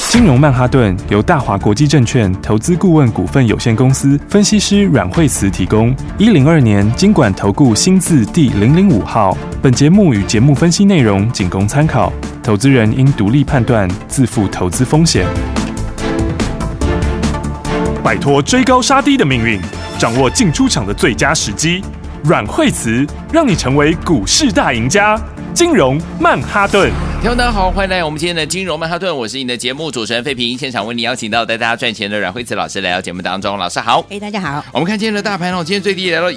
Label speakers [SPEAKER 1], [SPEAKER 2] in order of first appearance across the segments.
[SPEAKER 1] 金融曼哈顿由大华国际证券投资顾问股份有限公司分析师阮惠慈提供。102年金管投顾新字第005号。本节目与节目分析内容仅供参考，投资人应独立判断，自负投资风险。摆脱追高杀低的命运，掌握进出场的最佳时机。阮惠慈让你成为股市大赢家。金融曼哈顿。
[SPEAKER 2] 听众大家好，欢迎来到我们今天的金融曼哈顿，我是你的节目主持人费平，现场为你邀请到带大家赚钱的阮惠慈老师来到节目当中。老师好。
[SPEAKER 3] 大家好。
[SPEAKER 2] 我们看今天的大盘今天最低来到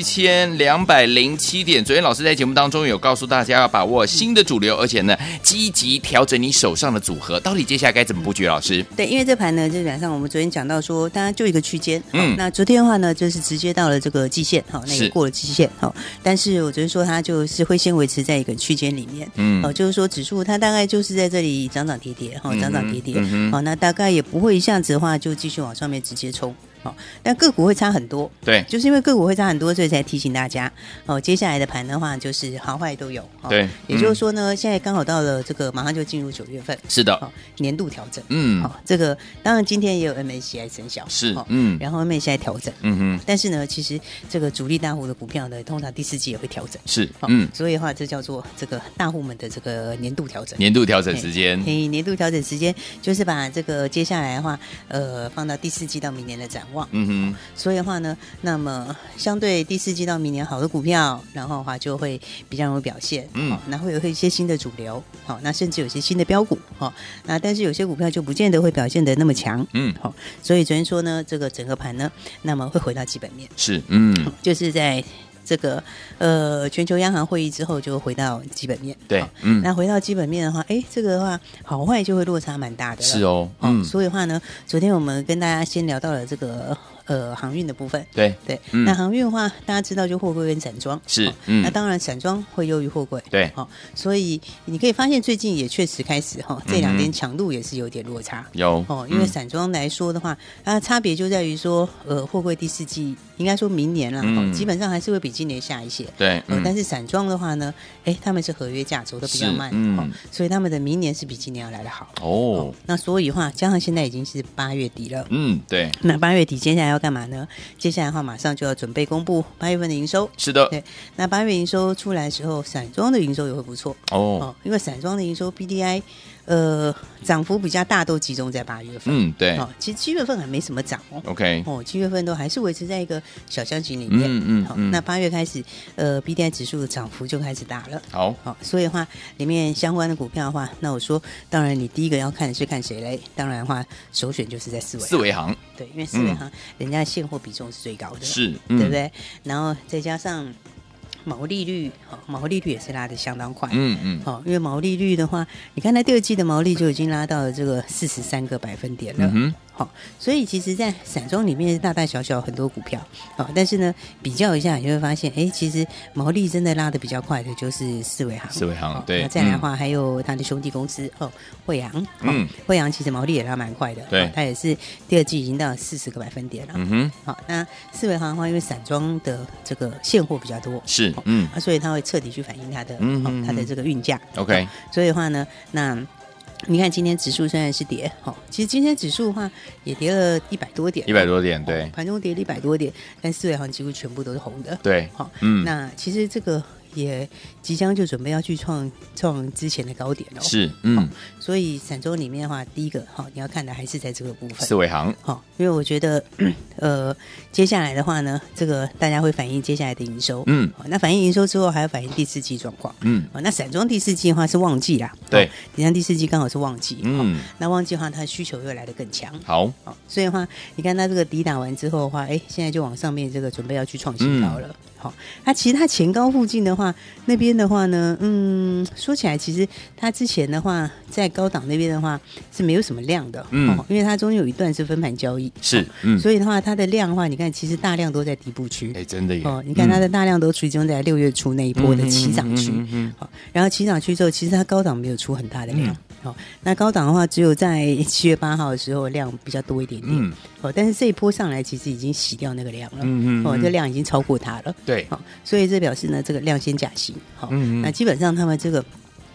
[SPEAKER 2] 17207点。昨天老师在节目当中有告诉大家要把握新的主流，而且呢积极调整你手上的组合，到底接下来该怎么布局？老师，
[SPEAKER 3] 对，因为这盘呢，基本上我们昨天讲到说，大家就一个区间，那昨天的话呢，就是直接到了这个季线，那也过了季线，但是我昨天说它就是会先维持在一个区间里面，就是说指数它大概就是在这里涨涨跌跌，涨涨跌跌，那大概也不会一下子的话就继续往上面直接冲。但个股会差很多，
[SPEAKER 2] 对，
[SPEAKER 3] 就是因为个股会差很多，所以才提醒大家接下来的盘的话就是好坏都有，
[SPEAKER 2] 对，
[SPEAKER 3] 也就是说呢，现在刚好到了这个马上就进入9月份，
[SPEAKER 2] 是的，
[SPEAKER 3] 年度调整，这个当然今天也有 MSCI 生效，
[SPEAKER 2] 是，
[SPEAKER 3] 然后 MSCI 调整，但是呢，其实这个主力大户的股票呢，通常第4季也会调整，
[SPEAKER 2] 是，
[SPEAKER 3] 所以的话，这叫做这个大户们的这个年度调整，
[SPEAKER 2] 年度调整时间，
[SPEAKER 3] 年度调整时间就是把这个接下来的话，放到第4季到明年的展望，所以的话呢，那么相对第4季到明年好的股票，然后的话就会比较有表现，那会有一些新的主流，那甚至有些新的标股，那但是有些股票就不见得会表现得那么强，所以昨天说呢，这个整个盘呢，那么会回到基本面，
[SPEAKER 2] 是，
[SPEAKER 3] 就是在这个全球央行会议之后就回到基本面，
[SPEAKER 2] 对，
[SPEAKER 3] 那回到基本面的话，这个的话好坏就会落差蛮大的了，
[SPEAKER 2] 是哦，
[SPEAKER 3] 所以的话呢，昨天我们跟大家先聊到了这个航运的部分，
[SPEAKER 2] 对，
[SPEAKER 3] 那航运的话，大家知道就货柜跟散装
[SPEAKER 2] 是，
[SPEAKER 3] 那当然散装会优于货柜，
[SPEAKER 2] 对，
[SPEAKER 3] 所以你可以发现最近也确实开始这2天强度也是有点落差，
[SPEAKER 2] 有
[SPEAKER 3] 因为散装来说的话，它差别就在于说，货柜第4季应该说明年了，基本上还是会比今年下一些，
[SPEAKER 2] 对，
[SPEAKER 3] 但是散装的话呢，他们是合约价走的比较慢，所以他们的明年是比今年要来得好，那所以的话，加上现在已经是8月底了，
[SPEAKER 2] 对，
[SPEAKER 3] 那8月底接下来要干嘛呢？接下来的话马上就要准备公布8月份的营收，
[SPEAKER 2] 是的，
[SPEAKER 3] 对，那8月营收出来的时候，散装的营收也会不错因为散装的营收 BDI 涨幅比较大，都集中在8月份。
[SPEAKER 2] 对，
[SPEAKER 3] 其实7月份还没什么涨
[SPEAKER 2] OK，
[SPEAKER 3] 7月份都还是维持在一个小箱型里面。那8月开始，BDI 指数的涨幅就开始大了。
[SPEAKER 2] 好，
[SPEAKER 3] 所以的话，里面相关的股票的话，那我说，当然你第一个要看的是看谁嘞？当然的话，首选就是在四维行。对，因为四维行人家的现货比重是最高的，
[SPEAKER 2] 是，
[SPEAKER 3] 对不对？然后再加上毛利率，毛利率也是拉得相当快，因为毛利率的话，你看它第2季的毛利就已经拉到了这个43个百分点了，所以其实，在散装里面大大小小很多股票，但是呢，比较一下你就会发现，其实毛利真的拉得比较快的就是四维行，
[SPEAKER 2] 对，
[SPEAKER 3] 那再来的话还有它的兄弟公司惠阳，惠阳其实毛利也拉蛮快的，
[SPEAKER 2] 对，
[SPEAKER 3] 它也是第2季已经到40个百分点了，那四维行的话，因为散装的这个现货比较多，
[SPEAKER 2] 是，
[SPEAKER 3] 所以它会彻底去反映它的它的这个运价
[SPEAKER 2] ，OK，
[SPEAKER 3] 所以的话呢，那你看今天指数虽然是跌，其实今天指数的话也跌了100多点
[SPEAKER 2] ，100多点，对，
[SPEAKER 3] 盘中跌了100多点，但四维行几乎全部都是红的，
[SPEAKER 2] 对，
[SPEAKER 3] 那其实这个也即将就准备要去创之前的高点了，
[SPEAKER 2] 是，
[SPEAKER 3] 所以散装里面的话，第一个你要看的还是在这个部分，
[SPEAKER 2] 四维行，
[SPEAKER 3] 因为我觉得接下来的话呢，这个大家会反映接下来的营收，那反映营收之后还要反映第4季状况，那散装第4季的话是旺季啦，
[SPEAKER 2] 对，
[SPEAKER 3] 第4季刚好是旺季，那旺季的话它的需求又来得更强，
[SPEAKER 2] 好，
[SPEAKER 3] 所以的话，你看它这个抵打完之后的话，现在就往上面这个准备要去创新高了。它其实它前高附近的话，那边的话呢，说起来，其实它之前的话，在高档那边的话是没有什么量的，因为它中间有一段是分盘交易，
[SPEAKER 2] 是，
[SPEAKER 3] 所以的话，它的量的话，你看其实大量都在底部区，
[SPEAKER 2] 真的耶，
[SPEAKER 3] 你看它的大量都集中在6月初那一波的起涨区，然后起涨区之后，其实它高档没有出很大的量，那高档的话，只有在7月8号的时候量比较多一点点，但是这一波上来其实已经洗掉那个量了，这量已经超过它了，
[SPEAKER 2] 对，
[SPEAKER 3] 所以这表示呢，这个量先假行，那基本上他们这个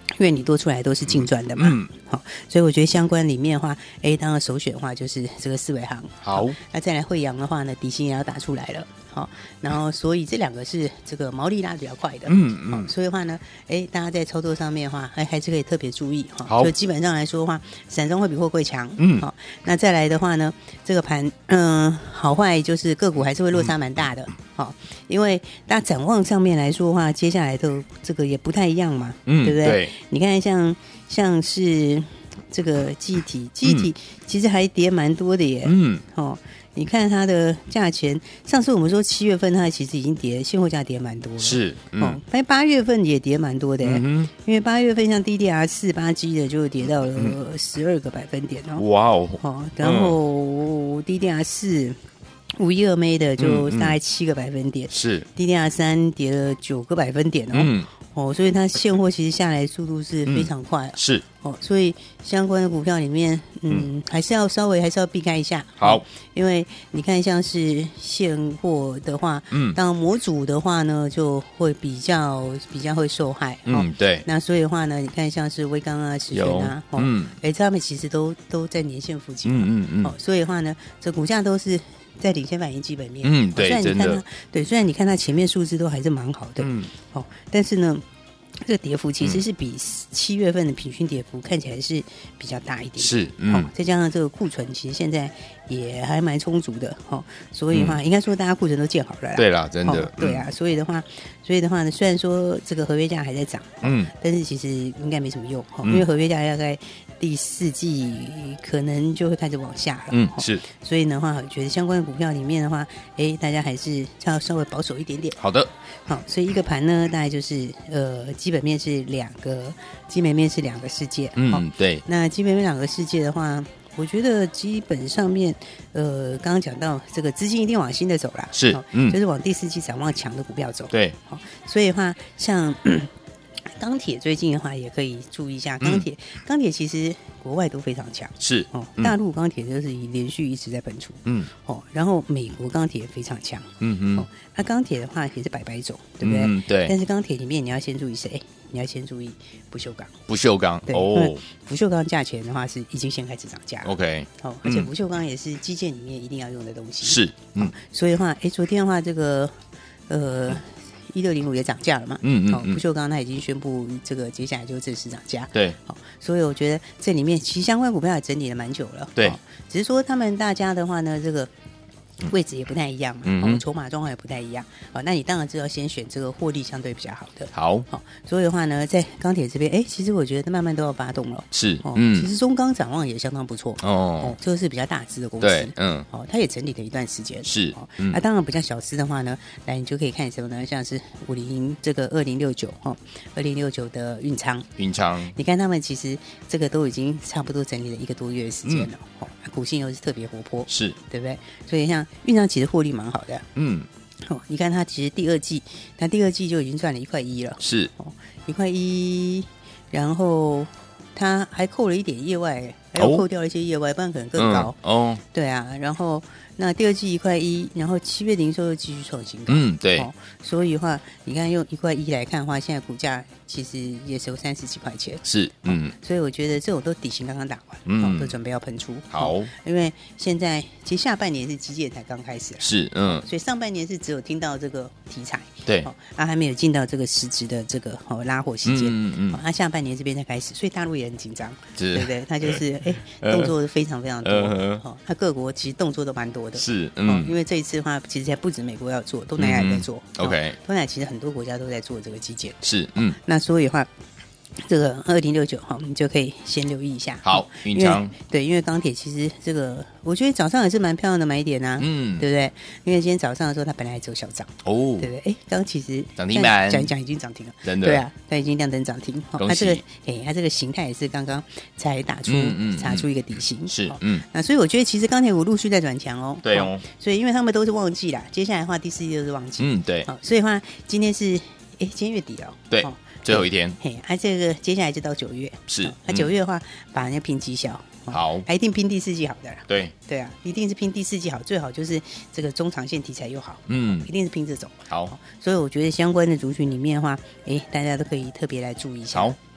[SPEAKER 3] 因为你多出来都是净赚的嘛，好，所以我觉得相关里面的话，当然首选的话就是这个四维行，
[SPEAKER 2] 好，
[SPEAKER 3] 那再来慧洋的话呢，底薪也要打出来了。好，然后所以这两个是这个毛利拉得比较快的，所以的话呢，大家在操作上面的话，还是可以特别注意哈。就基本上来说的话，散装会比货柜强，好，那再来的话呢，这个盘，好坏就是个股还是会落差蛮大的，好，因为大家展望上面来说的话，接下来的这个也不太一样嘛，对不对？
[SPEAKER 2] 对，
[SPEAKER 3] 你看像是这个记忆体其实还跌蛮多的耶，你看它的价钱，上次我们说7月份它其实已经跌，现货价跌蛮多了，
[SPEAKER 2] 是，
[SPEAKER 3] 但8月份也跌蛮多的，因为8月份像 DDR4 8G 的就跌到了12个百分点哦，
[SPEAKER 2] 哇哦，
[SPEAKER 3] 然后 DDR4 512M 的就大概7个百分点，
[SPEAKER 2] 是
[SPEAKER 3] DDR3 跌了9个百分点哦，所以它现货其实下来速度是非常快，
[SPEAKER 2] 是
[SPEAKER 3] 所以相关的股票里面，还是要避开一下。
[SPEAKER 2] 好，
[SPEAKER 3] 因为你看像是现货的话，当然模组的话呢，就会比较会受害。
[SPEAKER 2] 对。
[SPEAKER 3] 那所以的话呢，你看像是威刚啊、实权啊，他们其实都在年线附近。所以的话呢，这股价都是在领先反映基本面。
[SPEAKER 2] 对，真的。
[SPEAKER 3] 对，虽然你看它前面数字都还是蛮好的，但是呢。这个跌幅其实是比7月份的平均跌幅看起来是比较大一点，
[SPEAKER 2] 是，
[SPEAKER 3] 再加上这个库存其实现在也还蛮充足的，所以的话，应该说大家库存都建好了啦，
[SPEAKER 2] 对啦，真的，
[SPEAKER 3] 对啊，所以的话呢，虽然说这个合约价还在涨，但是其实应该没什么用，因为合约价大概第4季可能就会开始往下了，
[SPEAKER 2] 是，
[SPEAKER 3] 所以的话，我觉得相关的股票里面的话，大家还是要稍微保守一点点，
[SPEAKER 2] 好的，
[SPEAKER 3] 好，所以一个盘呢，大概就是基本面是2个世界，
[SPEAKER 2] 对。
[SPEAKER 3] 那基本面2个世界的话，我觉得基本上面，刚刚讲到这个资金一定往新的走啦，
[SPEAKER 2] 是，
[SPEAKER 3] 就是往第4季展望强的股票走，
[SPEAKER 2] 对，
[SPEAKER 3] 好，所以的话，像钢铁最近的话也可以注意一下，钢铁其实国外都非常强，
[SPEAKER 2] 是
[SPEAKER 3] 大陆钢铁就是连续一直在喷出，然后美国钢铁也非常强，那钢铁的话也是百种，对不对？
[SPEAKER 2] 对。
[SPEAKER 3] 但是钢铁里面你要先注意谁？你要先注意不锈钢。
[SPEAKER 2] 不锈钢，
[SPEAKER 3] 对，哦，不锈钢价钱的话是已经先开始涨价了。
[SPEAKER 2] OK，
[SPEAKER 3] 而且不锈钢也是基建里面一定要用的东西。
[SPEAKER 2] 是，
[SPEAKER 3] 所以的话，昨天的话，这个1605也涨价了嘛，不锈钢它已经宣布这个接下来就正式涨价。
[SPEAKER 2] 对，
[SPEAKER 3] 所以我觉得这里面其实相关股票也整理了蛮久了。
[SPEAKER 2] 对，
[SPEAKER 3] 只是说他们大家的话呢，这个位置也不太一样嘛，筹码状况也不太一样，那你当然就要先选这个获利相对比较好的。
[SPEAKER 2] 好，
[SPEAKER 3] 所以的话呢，在钢铁这边，其实我觉得慢慢都要发动了。
[SPEAKER 2] 是，
[SPEAKER 3] 其实中钢展望也相当不错这个是比较大只的公司，
[SPEAKER 2] 对，
[SPEAKER 3] 它也整理了一段时间，
[SPEAKER 2] 是，
[SPEAKER 3] 当然比较小只的话呢，来你就可以看什么呢？像是2069的运昌，你看他们其实这个都已经差不多整理了1个多月的时间了，股性又是特别活泼，
[SPEAKER 2] 是，
[SPEAKER 3] 对不对？所以像运昌其实获利蛮好的，你看它其实第二季就已经赚了1.1块了，
[SPEAKER 2] 是
[SPEAKER 3] ，1.1块，然后它还扣了一点业外，还有扣掉了一些业外，不然可能更高对啊，然后那第二季1.1块，然后7月营收又继续创新高，
[SPEAKER 2] 对，
[SPEAKER 3] 所以的话，你看用1.1块来看的话，现在股价其实也是有30几块钱，
[SPEAKER 2] 是，
[SPEAKER 3] 所以我觉得这种都底型刚刚打完，都准备要喷出，
[SPEAKER 2] 好，
[SPEAKER 3] 因为现在其实下半年是基建才刚开始，
[SPEAKER 2] 是，
[SPEAKER 3] 所以上半年是只有听到这个题材，
[SPEAKER 2] 对，
[SPEAKER 3] 还没有进到这个实质的这个拉货期间，那下半年这边才开始，所以大陆也很紧张，对不对？他就是动作非常非常多，他各国其实动作都蛮多的，
[SPEAKER 2] 是，
[SPEAKER 3] 因为这一次的话，其实还不止美国要做，东南亚也在做
[SPEAKER 2] ，OK，
[SPEAKER 3] 东南亚其实很多国家都在做这个基建，
[SPEAKER 2] 是，
[SPEAKER 3] 那所以的话。这个2069你就可以先留意一下。
[SPEAKER 2] 好，运昌
[SPEAKER 3] 对，因为钢铁其实这个，我觉得早上也是蛮漂亮的买点啊，对不对？因为今天早上的时候它本来还只有小涨对不对？刚其实
[SPEAKER 2] 涨停板
[SPEAKER 3] 讲已经涨停了，
[SPEAKER 2] 真的
[SPEAKER 3] 对啊，它已经亮灯涨停。它这个它这个形态也是刚刚才打出一个底型，
[SPEAKER 2] 是
[SPEAKER 3] 那所以我觉得其实钢铁股陆续在转强哦，
[SPEAKER 2] 对哦，
[SPEAKER 3] 所以因为他们都是旺季啦，接下来的话第4季都是旺季，
[SPEAKER 2] 对，
[SPEAKER 3] 所以的话今天是今天月底了，
[SPEAKER 2] 对。最后一天，
[SPEAKER 3] 这个接下来就到9月，
[SPEAKER 2] 是，
[SPEAKER 3] 那9月的话，把人家拼绩效，
[SPEAKER 2] 好，
[SPEAKER 3] 一定拼第4季好的啦，
[SPEAKER 2] 对
[SPEAKER 3] 啊，一定是拼第4季好，最好就是这个中长线题材又好，一定是拼这种，
[SPEAKER 2] 好，
[SPEAKER 3] 所以我觉得相关的族群里面的话，大家都可以特别来注意一下，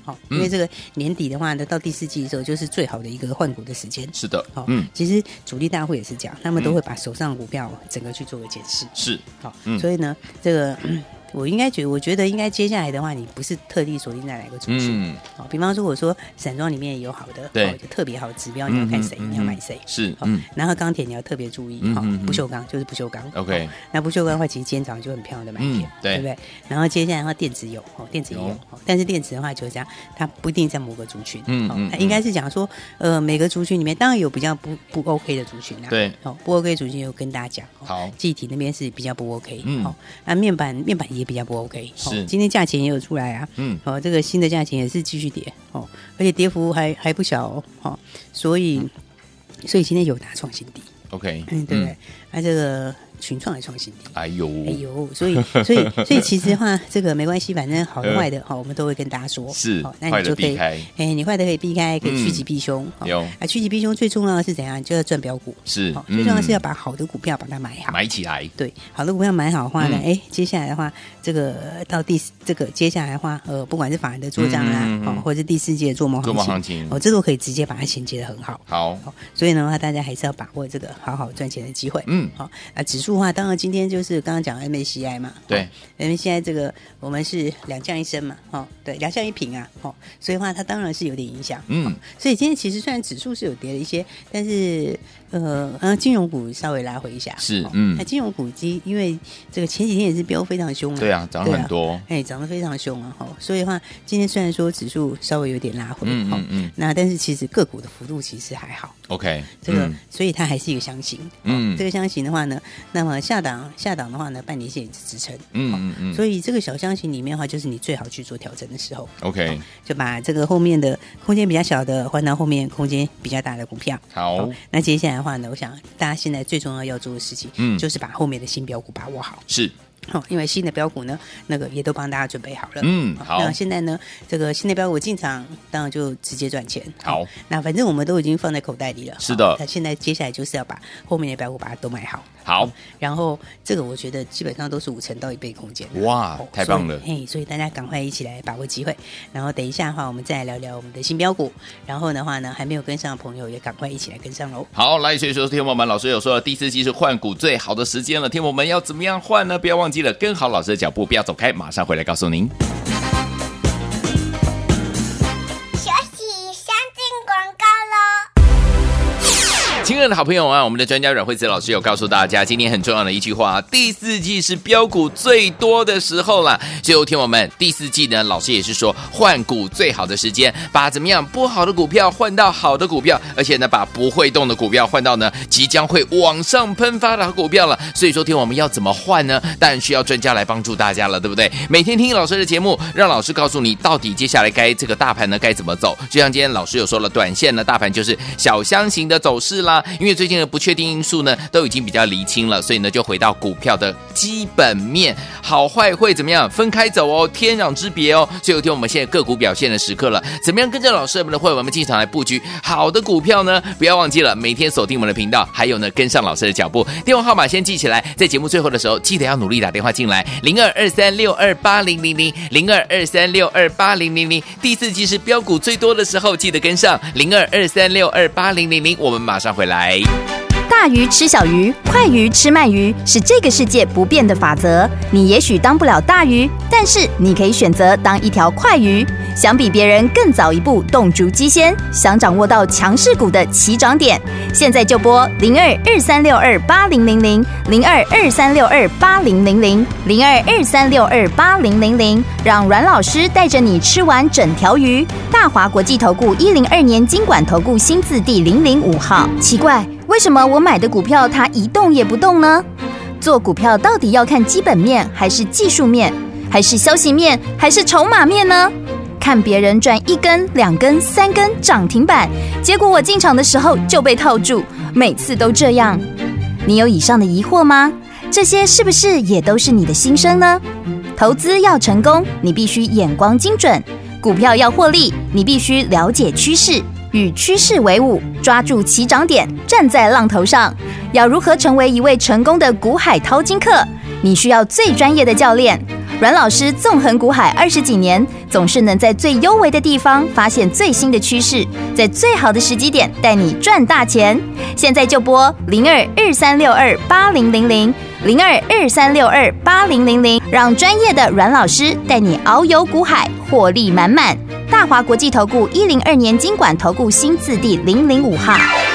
[SPEAKER 3] 因为这个年底的话呢，到第4季的时候就是最好的一个换股的时间。
[SPEAKER 2] 是的，
[SPEAKER 3] 其实主力大户也是这样，他们都会把手上的股票整个去做个检视。
[SPEAKER 2] 是，
[SPEAKER 3] 所以呢，这个。我觉得应该接下来的话，你不是特地锁定在哪个族群，比方说我说散装里面有好的，
[SPEAKER 2] 对，
[SPEAKER 3] 就特别好的指标，你要看谁，你要买谁，
[SPEAKER 2] 是，
[SPEAKER 3] 然后钢铁你要特别注意，不锈钢就是不锈钢
[SPEAKER 2] ，OK，
[SPEAKER 3] 那不锈钢的话，其实今天早上就很漂亮的买点，对不对？然后接下来的话，电子有，电子也有，但是电子的话就是这样，它不一定在某个族群，它应该是讲说，每个族群里面当然有比较不 OK 的族群啊，
[SPEAKER 2] 对，
[SPEAKER 3] 不 OK 的族群有跟大家讲，
[SPEAKER 2] 好，
[SPEAKER 3] 记忆体那边是比较不 OK，那面板也比较不 OK，
[SPEAKER 2] 是，
[SPEAKER 3] 今天价钱也有出来啊，这个新的价钱也是继续跌，而且跌幅还不小哦，所以今天友达创新低
[SPEAKER 2] ，OK，
[SPEAKER 3] 对不对？这个群创也创新低，
[SPEAKER 2] 哎呦，
[SPEAKER 3] 所以其实的话，这个没关系，反正好的坏的我们都会跟大家说，
[SPEAKER 2] 是，
[SPEAKER 3] 那你就可以，你坏的可以避开，可以趋吉避凶，趋吉避凶最重要的是怎样？就要赚标股，
[SPEAKER 2] 是，
[SPEAKER 3] 最重要的是要把好的股票把它买好，
[SPEAKER 2] 买起来，
[SPEAKER 3] 对，好的股票买好的话呢，接下来的话，这个到接下来的话，不管是法人的做账啦，或者是第4季的做梦行情，这都可以直接把它衔接的很好，
[SPEAKER 2] 好，
[SPEAKER 3] 所以呢，大家还是要把握这个好好赚钱的机会，指数的话，当然今天就是刚刚讲 MACI 嘛，
[SPEAKER 2] 对
[SPEAKER 3] ，MACI 这个我们是2降1升嘛，对，2降1平啊，所以的话它当然是有点影响，所以今天其实虽然指数是有跌了一些，但是金融股稍微拉回一下，
[SPEAKER 2] 是，
[SPEAKER 3] 那金融股因为这个前几天也是飙非常凶啊，
[SPEAKER 2] 对啊，涨很多，
[SPEAKER 3] 涨得非常凶啊，所以的话今天虽然说指数稍微有点拉回，那但是其实个股的幅度其实还好
[SPEAKER 2] ，OK，
[SPEAKER 3] 这个所以它还是一个箱型，这个箱型的话呢，那么下档的话呢，半年线也是支撑，所以这个小箱型里面的话，就是你最好去做调整的时候
[SPEAKER 2] ，OK，
[SPEAKER 3] 就把这个后面的空间比较小的换到后面空间比较大的股票，
[SPEAKER 2] 好，
[SPEAKER 3] 那接下来的话呢，我想大家现在最重要做的事情，就是把后面的新标股把握好，
[SPEAKER 2] 是。
[SPEAKER 3] 因为新的标股呢，那个也都帮大家准备好了。
[SPEAKER 2] 好。
[SPEAKER 3] 那现在呢，这个新的标股进场，当然就直接赚钱。
[SPEAKER 2] 好，
[SPEAKER 3] 那反正我们都已经放在口袋里了。
[SPEAKER 2] 是的。
[SPEAKER 3] 那现在接下来就是要把后面的标股把它都买好。
[SPEAKER 2] 好。
[SPEAKER 3] 然后这个我觉得基本上都是50%到1倍空间。
[SPEAKER 2] 哇，太棒了！
[SPEAKER 3] 所以大家赶快一起来把握机会。然后等一下的话，我们再来聊聊我们的新标股。然后的话呢，还没有跟上的朋友也赶快一起来跟上喽。
[SPEAKER 2] 好，来，所以说天王们老师有说了，第4季是换股最好的时间了。天王们要怎么样换呢？不要忘记了跟好老师的脚步，不要走开，马上回来告诉您。亲爱的好朋友啊，我们的专家阮慧慈老师有告诉大家，今天很重要的一句话，第4季是标股最多的时候啦。所以听我们第4季呢，老师也是说换股最好的时间，把怎么样不好的股票换到好的股票，而且呢把不会动的股票换到呢即将会往上喷发的好股票了。所以说听我们要怎么换呢？当然需要专家来帮助大家了，对不对？每天听老师的节目，让老师告诉你到底接下来该这个大盘呢该怎么走。就像今天老师有说了，短线呢大盘就是小箱型的走势啦。因为最近的不确定因素呢都已经比较厘清了，所以呢就回到股票的基本面，好坏会怎么样分开走哦，天壤之别哦。所以有天我们现在个股表现的时刻了，怎么样跟着老师我们的会员们进场来布局好的股票呢？不要忘记了每天锁定我们的频道，还有呢跟上老师的脚步。电话号码先记起来，在节目最后的时候记得要努力打电话进来，0223628000 0223628000。第4季是标股最多的时候，记得跟上0223628000。我们马上回来。
[SPEAKER 4] 大鱼吃小鱼，快鱼吃慢鱼，是这个世界不变的法则。你也许当不了大鱼，但是你可以选择当一条快鱼。想比别人更早一步动足机先，想掌握到强势股的起涨点，现在就拨0223628000 0223628000 0223628000，让阮老师带着你吃完整条鱼。大华国际投顾102年金管投顾新字第005号。奇怪，为什么我买的股票它一动也不动呢？做股票到底要看基本面，还是技术面，还是消息面，还是筹码面呢？看别人赚1根、2根、3根涨停板，结果我进场的时候就被套住，每次都这样。你有以上的疑惑吗？这些是不是也都是你的心声呢？投资要成功，你必须眼光精准；股票要获利，你必须了解趋势，与趋势为伍，抓住起涨点，站在浪头上。要如何成为一位成功的股海淘金客？你需要最专业的教练。 阮老师纵横股海20几年，总是能在最优微的地方发现最新的趋势，在最好的时机点带你赚大钱。现在就拨02-2362-8000，02-2362-8000，让专业的阮老师带你遨游股海，获利满满。大华国际投顾102年金管投顾新字第005号。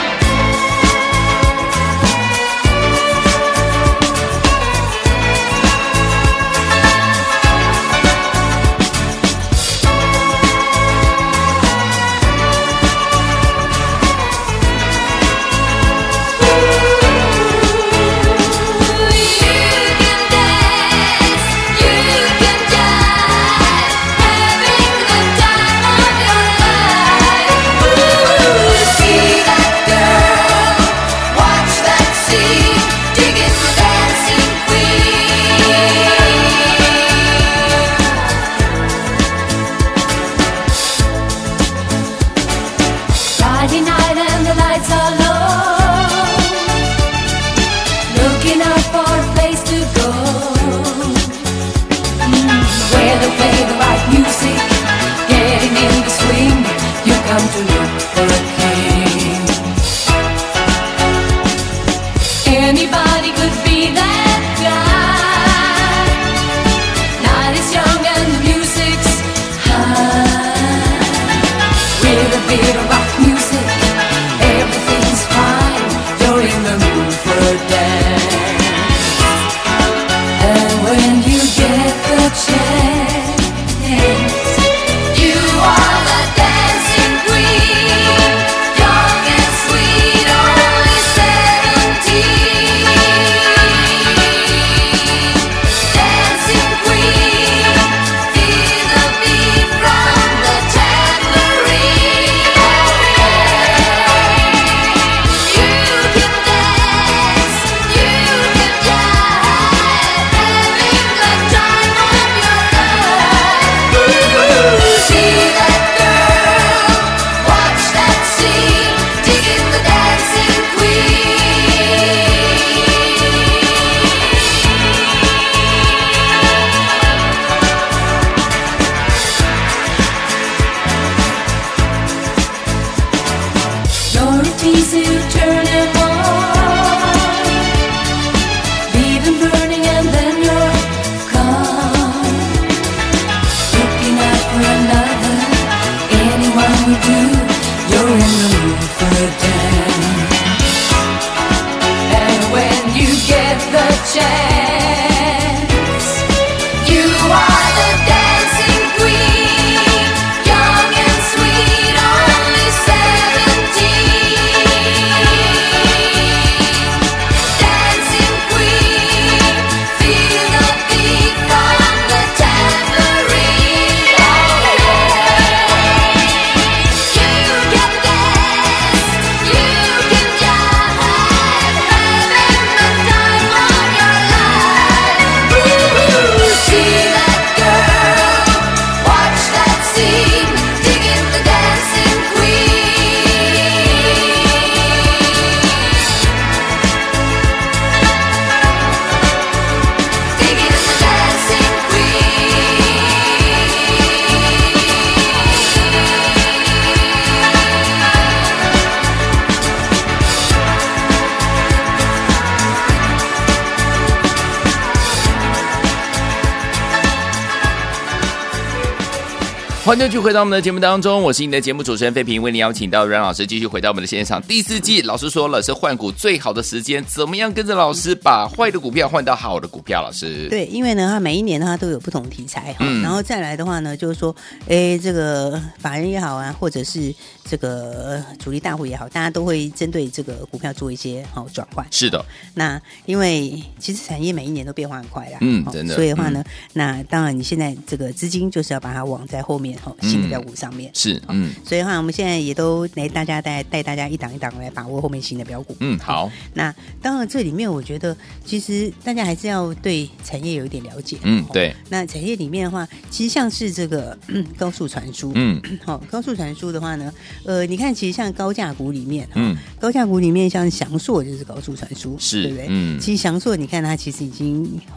[SPEAKER 2] 欢迎继续回到我们的节目当中，我是你的节目主持人费平，为你邀请到阮老师继续回到我们的现场。第四季老师说了是换股最好的时间，怎么样跟着老师把坏的股票换到好的股票？老师，
[SPEAKER 3] 对，因为呢，它每一年它都有不同题材，然后再来的话呢，就是说，这个法人也好啊，或者是这个主力大户也好，大家都会针对这个股票做一些转换。
[SPEAKER 2] 是的，
[SPEAKER 3] 那因为其实产业每一年都变化很快啦，
[SPEAKER 2] 真的，
[SPEAKER 3] 所以的话呢，那当然你现在这个资金就是要把它往在后面新的标股上面，
[SPEAKER 2] 是，
[SPEAKER 3] 所以的话我们现在也都带大家一档一档来把握后面新的标股。
[SPEAKER 2] 好。
[SPEAKER 3] 那当然这里面我觉得其实大家还是要对产业有一点了解，
[SPEAKER 2] 对。
[SPEAKER 3] 那产业里面的话，其实像是这个高速传输，高速传输的话呢，你看其实像高价股里面，高价股里面像翔硕就是高速传输，
[SPEAKER 2] 是，
[SPEAKER 3] 对不对？其实翔硕你看它其实已经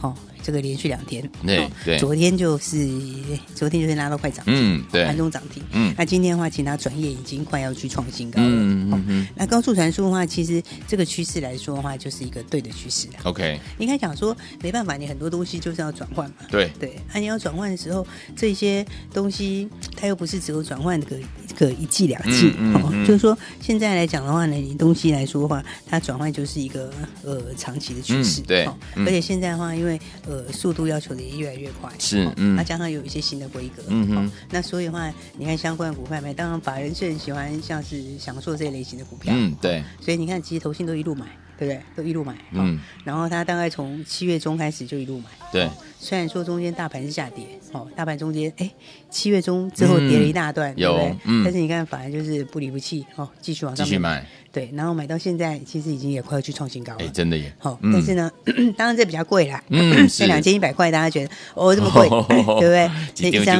[SPEAKER 3] 这个连续2天，
[SPEAKER 2] 对，
[SPEAKER 3] 昨天就是拉到快涨停，
[SPEAKER 2] 对，
[SPEAKER 3] 盘中涨停，那今天的话，其他转业已经快要去创新高了，那高速传输的话，其实这个趋势来说的话，就是一个对的趋势
[SPEAKER 2] ，OK，
[SPEAKER 3] 应该讲说没办法，你很多东西就是要转换嘛，
[SPEAKER 2] 对，
[SPEAKER 3] 你要转换的时候，这些东西它又不是只有转换个1季2季，就是说现在来讲的话呢，你东西来说的话，它转换就是一个长期的趋势，
[SPEAKER 2] 对，
[SPEAKER 3] 而且现在的话，因为速度要求的也越来越快，
[SPEAKER 2] 是，
[SPEAKER 3] 那加上有一些新的规格，那所以的话，你看相关的股票买，当然法人是很喜欢像是享受这一类型的股票，
[SPEAKER 2] 对，
[SPEAKER 3] 所以你看，其实投信都一路买，对不对？都一路买，然后它大概从7月中开始就一路买，
[SPEAKER 2] 对。
[SPEAKER 3] 虽然说中间大盘是下跌，大盘中间7月中之后跌了一大段，对不对？但是你看法人就是不离不弃，继续往上
[SPEAKER 2] 买，
[SPEAKER 3] 对，然后买到现在，其实已经也快要去创新高了，
[SPEAKER 2] 真的耶。
[SPEAKER 3] 但是呢，当然这比较贵啦，在2100块，大家觉得这么贵，对不对？一张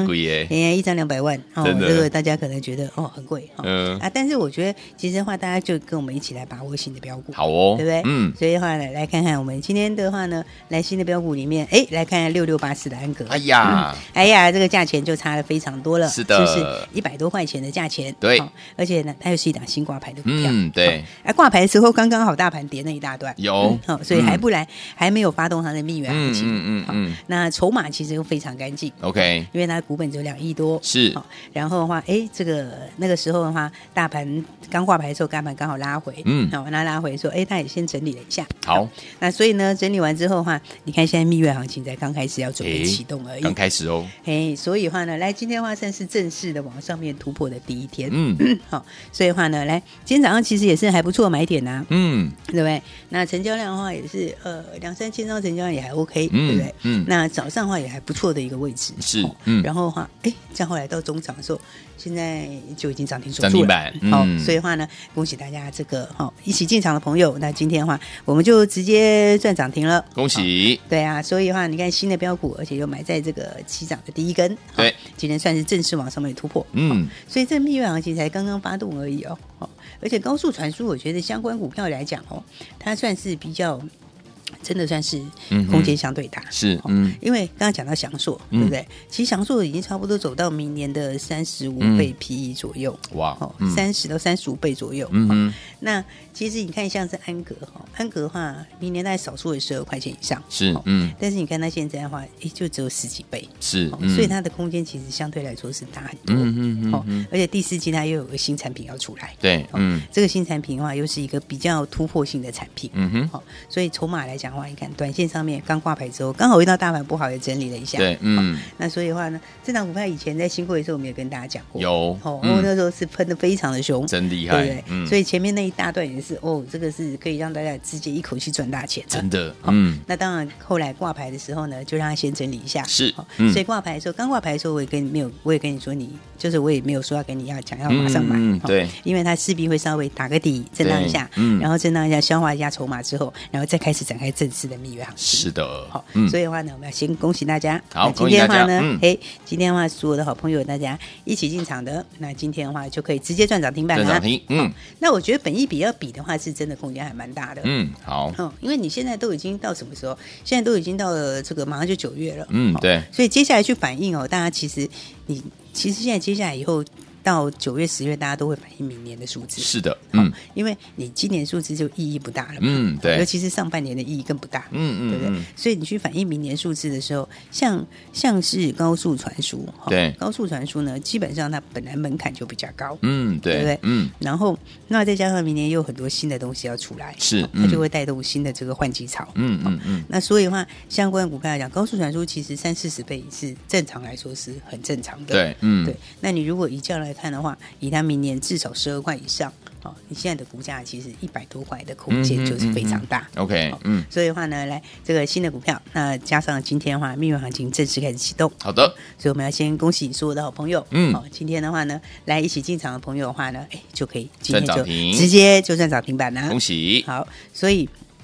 [SPEAKER 3] 200万，这个大家可能觉得很贵，但是我觉得其实的话，大家就跟我们一起来把握新的标股，
[SPEAKER 2] 好哦，
[SPEAKER 3] 对不对？所以的话呢，来看看我们今天的话呢，来新的标股里面，来看看6684的安格，
[SPEAKER 2] 哎呀，
[SPEAKER 3] 这个价钱就差了非常多了，
[SPEAKER 2] 是的，
[SPEAKER 3] 是不是100多块钱的价钱？
[SPEAKER 2] 对，
[SPEAKER 3] 而且呢，它又是一档新挂牌的股票，
[SPEAKER 2] 对，
[SPEAKER 3] 挂牌的时候刚刚好大盘跌那一大段，
[SPEAKER 2] 有，
[SPEAKER 3] 所以还没有发动它的蜜月行情，那筹码其实又非常干净
[SPEAKER 2] ，OK，
[SPEAKER 3] 因为它的股本只有2亿多，
[SPEAKER 2] 是，
[SPEAKER 3] 然后的话，这个那个时候的话，大盘刚挂牌的时候，大盘刚好拉回，那拉回说，它也先整理了一下，
[SPEAKER 2] 好，
[SPEAKER 3] 那所以呢，整理完之后的话，你看现在蜜月行情才刚开始要准备启动而已，
[SPEAKER 2] 刚开始哦，
[SPEAKER 3] 所以的话呢，来今天的话算是正式的往上面突破的第一天，好，所以的话呢，来今天早上其实也是还不错买点啊，对不对？那成交量的话也是2-3千张成交量也还 OK，对不对？那早上的话也还不错的一个位置，
[SPEAKER 2] 是，
[SPEAKER 3] 然后的话，这样后来到中场的时候，现在就已经涨停守住了，
[SPEAKER 2] 涨停板，
[SPEAKER 3] 所以的话呢，恭喜大家这个一起进场的朋友，那今天的话我们就直接赚涨停了，
[SPEAKER 2] 恭喜！
[SPEAKER 3] 对啊，所以的话，你看新的标股，而且又买在这个起涨的第一根，
[SPEAKER 2] 对，
[SPEAKER 3] 今天算是正式往上面突破，所以这蜜月行情才刚刚发动而已哦，而且高速传输，我觉得相关股票来讲它算是比较。真的算是空间相对大，
[SPEAKER 2] 是，
[SPEAKER 3] 因为刚刚讲到祥硕，对不对？其实祥硕已经差不多走到明年的35倍 PE 左右，
[SPEAKER 2] 哇
[SPEAKER 3] ，30到35倍左右，那其实你看像是安格的话，明年大概少说也12块钱以上，
[SPEAKER 2] 是，
[SPEAKER 3] 但是你看它现在的话，就只有10几倍，
[SPEAKER 2] 是，
[SPEAKER 3] 所以它的空间其实相对来说是大很多，而且第4季它又有个新产品要出来，
[SPEAKER 2] 对，
[SPEAKER 3] 这个新产品的话又是一个比较突破性的产品，所以筹码来讲的话，你看短线上面刚挂牌之后，刚好遇到大盘不好，也整理了一下，
[SPEAKER 2] 对，
[SPEAKER 3] 那所以的话呢，这档股票以前在新贵的时候，我们也跟大家讲过，
[SPEAKER 2] 有，
[SPEAKER 3] 那时候是喷的非常的凶，
[SPEAKER 2] 真厉害，
[SPEAKER 3] 对不对？所以前面那一大段也是，这个是可以让大家直接一口气赚大钱的，
[SPEAKER 2] 真的，
[SPEAKER 3] 那当然后来挂牌的时候呢，就让它先整理一下，
[SPEAKER 2] 是，
[SPEAKER 3] 所以挂牌的时候，刚挂牌的时候，我也跟你说，我也没有说要跟你想要马上买，
[SPEAKER 2] 对，
[SPEAKER 3] 因为它势必会稍微打个底，震荡一下，然后震荡一下，消化一下筹码之后，然后再开始展开正式的蜜月行情。
[SPEAKER 2] 是的，
[SPEAKER 3] 好，所以的话呢，我们要先恭喜大家。
[SPEAKER 2] 好，
[SPEAKER 3] 今天的话呢，今天的话，所有的好朋友大家一起进场的，那今天的话就可以直接赚涨停板了。
[SPEAKER 2] 赚涨停，
[SPEAKER 3] 那我觉得本益比要比的话，是真的空间还蛮大的。
[SPEAKER 2] 好，
[SPEAKER 3] 因为你现在都已经到什么时候？现在都已经到了这个马上就9月了。
[SPEAKER 2] 对，
[SPEAKER 3] 所以接下来去反映大家其实现在接下来以后。到9月、10月，大家都会反映明年的数字。
[SPEAKER 2] 是的，
[SPEAKER 3] 因为你今年数字就意义不大了嘛，
[SPEAKER 2] 对，
[SPEAKER 3] 尤其是上半年的意义更不大，对不对？所以你去反映明年数字的时候，像是高速传输，
[SPEAKER 2] 对，
[SPEAKER 3] 高速传输呢，基本上它本来门槛就比较高，
[SPEAKER 2] 对
[SPEAKER 3] 不对？然后那再加上明年又有很多新的东西要出来，
[SPEAKER 2] 是，
[SPEAKER 3] 它就会带动新的这个换机潮，那所以的话，相关股票来讲，高速传输其实30-40倍是正常来说是很正常的，
[SPEAKER 2] 对，
[SPEAKER 3] 对。那你如果以这样来看的话，以它明年至少12块以上，你现在的股价其实100多块的空间就是非常大。
[SPEAKER 2] OK，
[SPEAKER 3] 所以的话呢，来这个新的股票，那加上今天的话，蜜月行情正式开始启动。
[SPEAKER 2] 好的，
[SPEAKER 3] 所以我们要先恭喜所有的好朋友。今天的话呢，来一起进场的朋友的话呢，就可以今天就直接就赚涨停板啦。
[SPEAKER 2] 恭喜！
[SPEAKER 3] 好，所以。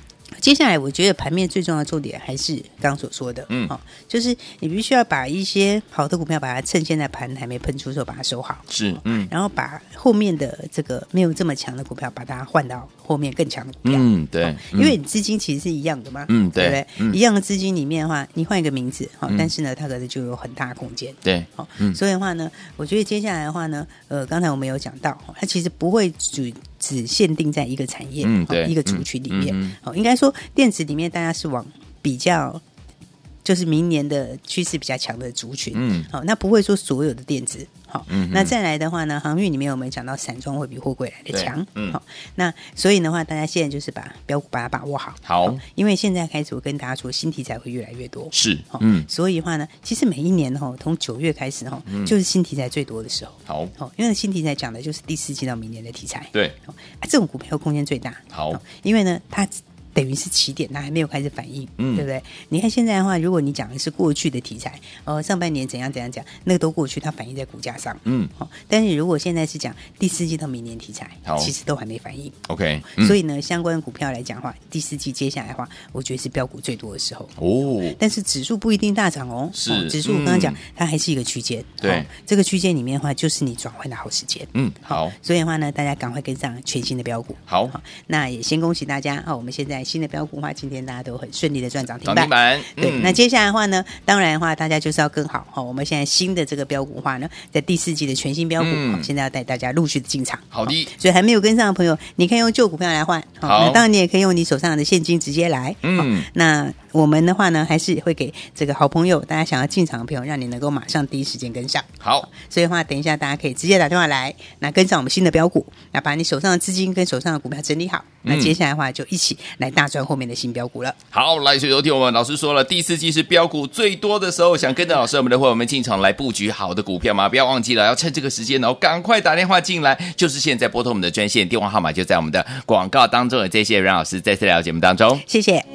[SPEAKER 3] 接下来我觉得盘面最重要的重点还是刚刚所说的，就是你必须要把一些好的股票，把它趁现在盘还没喷出的时候把它收好，
[SPEAKER 2] 是，
[SPEAKER 3] 然后把后面的这个没有这么强的股票，把它换到后面更强的股票，
[SPEAKER 2] 对，
[SPEAKER 3] 因为你资金其实是一样的嘛，对不对？一样的资金里面的话，你换一个名字，但是呢，它可能就有很大的空间，
[SPEAKER 2] 对，
[SPEAKER 3] 所以的话呢，我觉得接下来的话呢，刚才我们有讲到，它其实不会只限定在一个产业，一个族群里面，应该说电子里面大家是往比较就是明年的趋势比较强的族群，那不会说所有的电子，那再来的话呢，航运里面我们讲到散装会比货柜来的强，那所以的话，大家现在就是把标股把它把握好，因为现在开始我跟大家说，新题材会越来越多，
[SPEAKER 2] 是，
[SPEAKER 3] 所以的话呢，其实每一年从9月开始就是新题材最多的时候，因为新题材讲的就是第4季到明年的题材，
[SPEAKER 2] 对，
[SPEAKER 3] 这种股票空间最大，因为呢它等于是起点，它还没有开始反应，对不对？你看现在的话，如果你讲的是过去的题材，上半年怎样怎样讲，那个都过去，它反映在股价上，但是如果现在是讲第4季到明年题材，其实都还没反应
[SPEAKER 2] ，OK，
[SPEAKER 3] 所以呢，相关股票来讲的话，第4季接下来的话，我觉得是标股最多的时候，但是指数不一定大涨哦，
[SPEAKER 2] 是，
[SPEAKER 3] 指数我刚刚讲，它还是一个区间，
[SPEAKER 2] 对，
[SPEAKER 3] 这个区间里面的话，就是你转换的好时间，
[SPEAKER 2] 好，
[SPEAKER 3] 所以的话呢，大家赶快跟上全新的标股，
[SPEAKER 2] 好，
[SPEAKER 3] 那也先恭喜大家，我们现在新的标股的话，今天大家都很顺利的赚涨停板，对，那接下来的话呢，当然的话，大家就是要更好，我们现在新的这个标股的话呢，在第4季的全新标股，现在要带大家陆续的进场，
[SPEAKER 2] 好的，
[SPEAKER 3] 所以还没有跟上的朋友，你可以用旧股票来换，那当然你也可以用你手上的现金直接来，那我们的话呢，还是会给这个好朋友，大家想要进场的朋友，让你能够马上第一时间跟上，
[SPEAKER 2] 好，
[SPEAKER 3] 所以的话，等一下大家可以直接打电话来，那跟上我们新的标股，那把你手上的资金跟手上的股票整理好，那接下来的话就一起来大赚后面的新标股了。
[SPEAKER 2] 好，来，所以昨天我们老师说了，第4季是标股最多的时候，想跟着老师我们的会员们进场来布局好的股票吗？不要忘记了，要趁这个时间赶快打电话进来，就是现在拨通我们的专线，电话号码就在我们的广告当中。这些阮老师再次来到节目当中，
[SPEAKER 3] 谢谢。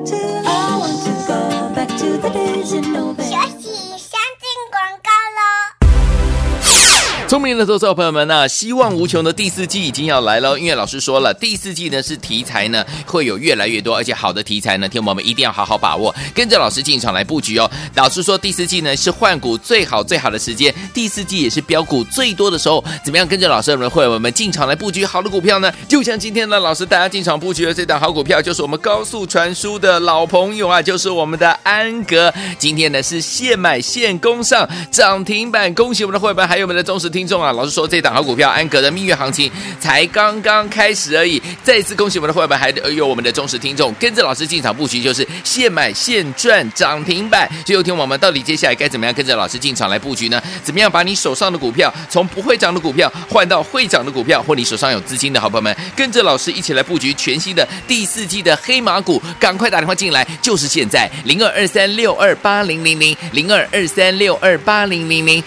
[SPEAKER 2] 聪明的投资者朋友们呢，希望无穷的第4季已经要来了，因为老师说了，第4季呢是题材呢会有越来越多，而且好的题材呢，听我们一定要好好把握，跟着老师进场来布局哦。老师说第4季呢是换股最好的时间，第4季也是标股最多的时候，怎么样跟着老师我们的会员们进场来布局好的股票呢？就像今天呢，老师大家进场布局的这档好股票，就是我们高速传输的老朋友啊，就是我们的安格，今天呢是现买现攻上涨停板，恭喜我们的会员还有我们的忠实听众啊！老师说这档好股票安格的蜜月行情才刚刚开始而已，再一次恭喜我们的会员还有我们的忠实听众，跟着老师进场布局就是现买现赚涨停板。所以有听我们到底接下来该怎么样跟着老师进场来布局呢？怎么样把你手上的股票从不会涨的股票换到会涨的股票，或你手上有资金的好朋友们，跟着老师一起来布局全新的第4季的黑马股，赶快打电话进来，就是现在0223628000 0223628000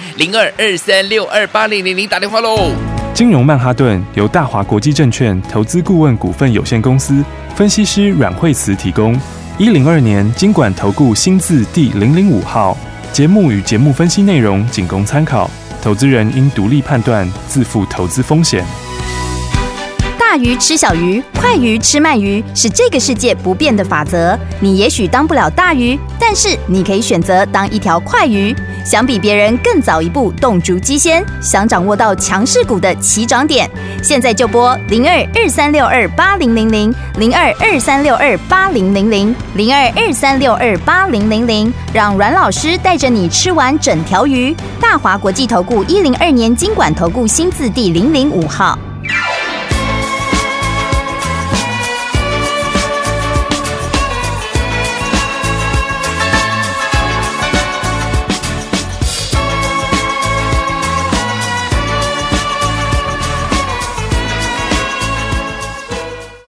[SPEAKER 2] 0223628000打电话喽！
[SPEAKER 1] 金融曼哈顿由大华国际证券投资顾问股份有限公司分析师阮慧慈提供。102年金管投顾新字第005号。节目与节目分析内容仅供参考，投资人应独立判断，自负投资风险。
[SPEAKER 4] 大鱼吃小鱼，快鱼吃慢鱼，是这个世界不变的法则。你也许当不了大鱼，但是你可以选择当一条快鱼。想比别人更早一步动足机先，想掌握到强势股的起涨点，现在就拨0223628000 0223628000 0223628000，让阮老师带着你吃完整条鱼。大华国际投顾102年金管投顾新字第005号。